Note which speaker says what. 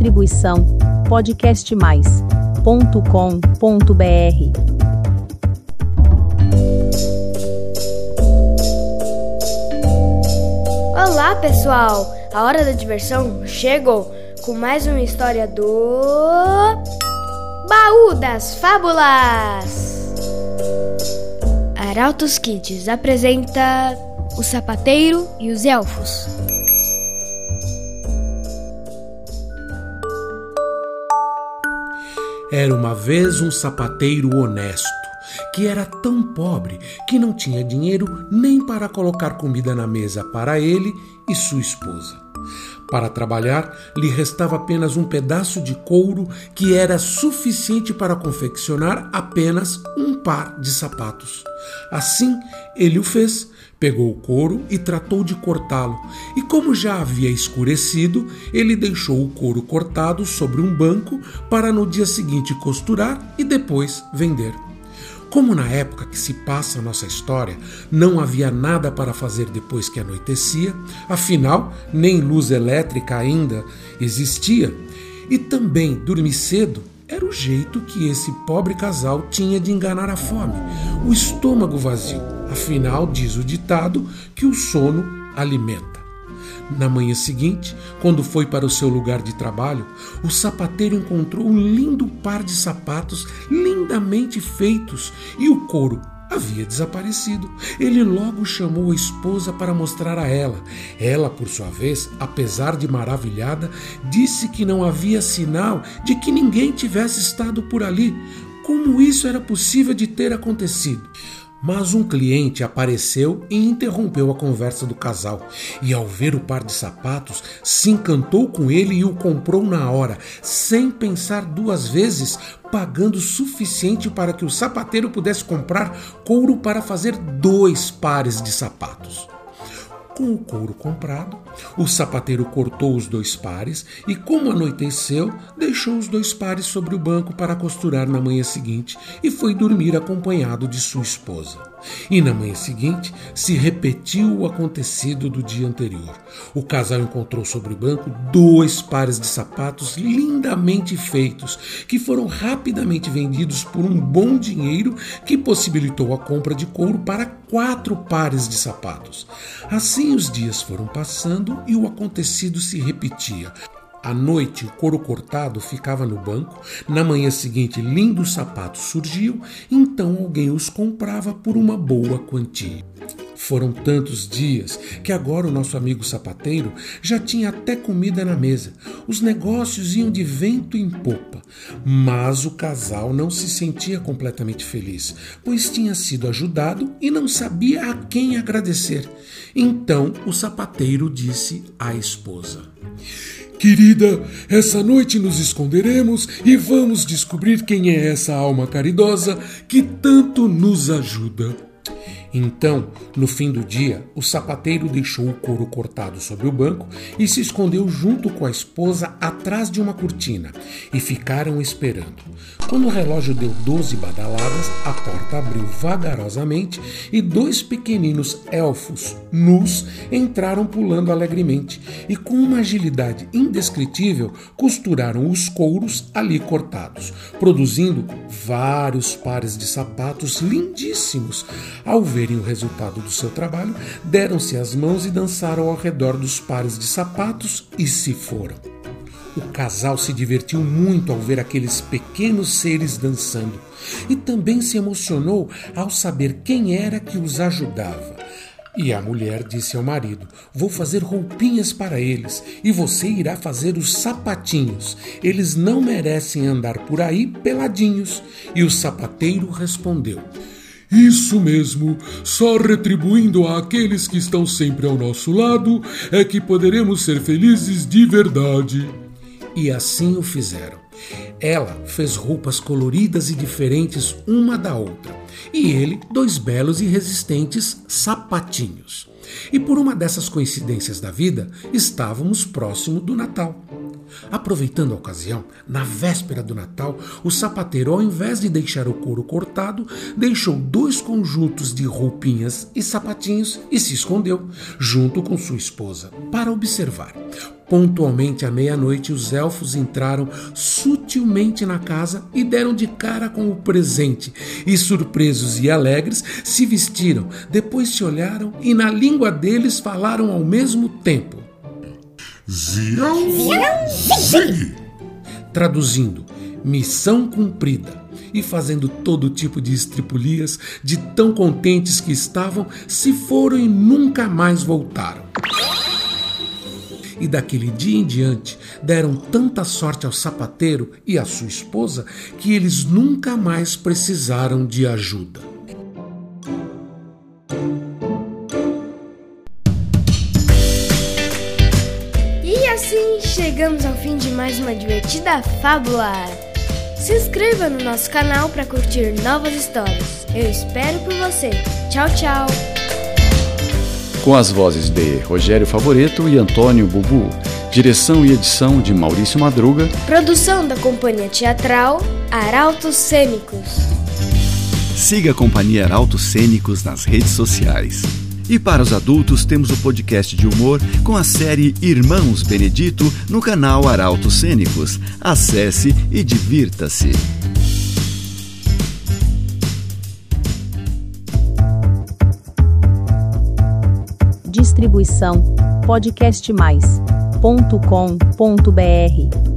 Speaker 1: Distribuição podcastmais.com.br.
Speaker 2: Olá, pessoal! A hora da diversão chegou com mais uma história do Baú das Fábulas. Arautos Kids apresenta O Sapateiro e os Elfos.
Speaker 3: Era uma vez um sapateiro honesto, que era tão pobre que não tinha dinheiro nem para colocar comida na mesa para ele e sua esposa. Para trabalhar, lhe restava apenas um pedaço de couro que era suficiente para confeccionar apenas um par de sapatos. Assim, ele o fez, pegou o couro e tratou de cortá-lo, e como já havia escurecido, ele deixou o couro cortado sobre um banco para no dia seguinte costurar e depois vender. Como na época que se passa a nossa história, não havia nada para fazer depois que anoitecia, afinal, nem luz elétrica ainda existia, e também dormir cedo era o jeito que esse pobre casal tinha de enganar a fome, o estômago vazio. Afinal, diz o ditado que o sono alimenta. Na manhã seguinte, quando foi para o seu lugar de trabalho, o sapateiro encontrou um lindo par de sapatos lindamente feitos e o couro havia desaparecido. Ele logo chamou a esposa para mostrar a ela. Ela, por sua vez, apesar de maravilhada, disse que não havia sinal de que ninguém tivesse estado por ali. Como isso era possível de ter acontecido? Mas um cliente apareceu e interrompeu a conversa do casal, e ao ver o par de sapatos, se encantou com ele e o comprou na hora, sem pensar duas vezes, pagando o suficiente para que o sapateiro pudesse comprar couro para fazer 2 pares de sapatos. Com o couro comprado, o sapateiro cortou os 2 pares e, como anoiteceu, deixou os 2 pares sobre o banco para costurar na manhã seguinte e foi dormir acompanhado de sua esposa. E na manhã seguinte se repetiu o acontecido do dia anterior. O casal encontrou sobre o banco 2 pares de sapatos lindamente feitos, que foram rapidamente vendidos por um bom dinheiro que possibilitou a compra de couro para 4 pares de sapatos. Assim os dias foram passando e o acontecido se repetia. À noite, o couro cortado ficava no banco, na manhã seguinte, lindos sapatos surgiam, então alguém os comprava por uma boa quantia. Foram tantos dias que agora o nosso amigo sapateiro já tinha até comida na mesa. Os negócios iam de vento em popa, mas o casal não se sentia completamente feliz, pois tinha sido ajudado e não sabia a quem agradecer. Então o sapateiro disse à esposa: "Querida, essa noite nos esconderemos e vamos descobrir quem é essa alma caridosa que tanto nos ajuda." Então, no fim do dia, o sapateiro deixou o couro cortado sobre o banco e se escondeu junto com a esposa atrás de uma cortina e ficaram esperando. Quando o relógio deu 12 badaladas, a porta abriu vagarosamente e 2 pequeninos elfos nus entraram pulando alegremente e com uma agilidade indescritível costuraram os couros ali cortados, produzindo vários pares de sapatos lindíssimos. Ao verem o resultado do seu trabalho, deram-se as mãos e dançaram ao redor dos pares de sapatos e se foram. O casal se divertiu muito ao ver aqueles pequenos seres dançando e também se emocionou ao saber quem era que os ajudava. E a mulher disse ao marido: "Vou fazer roupinhas para eles e você irá fazer os sapatinhos. Eles não merecem andar por aí peladinhos." E o sapateiro respondeu: "Isso mesmo, só retribuindo àqueles que estão sempre ao nosso lado é que poderemos ser felizes de verdade." E assim o fizeram. Ela fez roupas coloridas e diferentes uma da outra, e ele 2 belos e resistentes sapatinhos. E por uma dessas coincidências da vida, estávamos próximo do Natal. Aproveitando a ocasião, na véspera do Natal, o sapateiro, ao invés de deixar o couro cortado, deixou 2 conjuntos de roupinhas e sapatinhos e se escondeu, junto com sua esposa, para observar. Pontualmente à meia-noite, os elfos entraram sutilmente na casa e deram de cara com o presente, e surpresos e alegres se vestiram, depois se olharam e na língua deles falaram ao mesmo tempo.
Speaker 1: Zig!
Speaker 3: Traduzindo, missão cumprida, e fazendo todo tipo de estripulias, de tão contentes que estavam, se foram e nunca mais voltaram. E daquele dia em diante deram tanta sorte ao sapateiro e à sua esposa que eles nunca mais precisaram de ajuda.
Speaker 2: E assim chegamos ao fim de mais uma divertida fábula. Se inscreva no nosso canal para curtir novas histórias. Eu espero por você. Tchau, tchau!
Speaker 4: Com as vozes de Rogério Favoreto e Antônio Bubu. Direção e edição de Maurício Madruga.
Speaker 2: Produção da Companhia Teatral Arautos Cênicos.
Speaker 5: Siga a Companhia Arautos Cênicos nas redes sociais. E para os adultos, temos o podcast de humor com a série Irmãos Benedito no canal Arautos Cênicos. Acesse e divirta-se.
Speaker 6: Distribuição podcastmais.com.br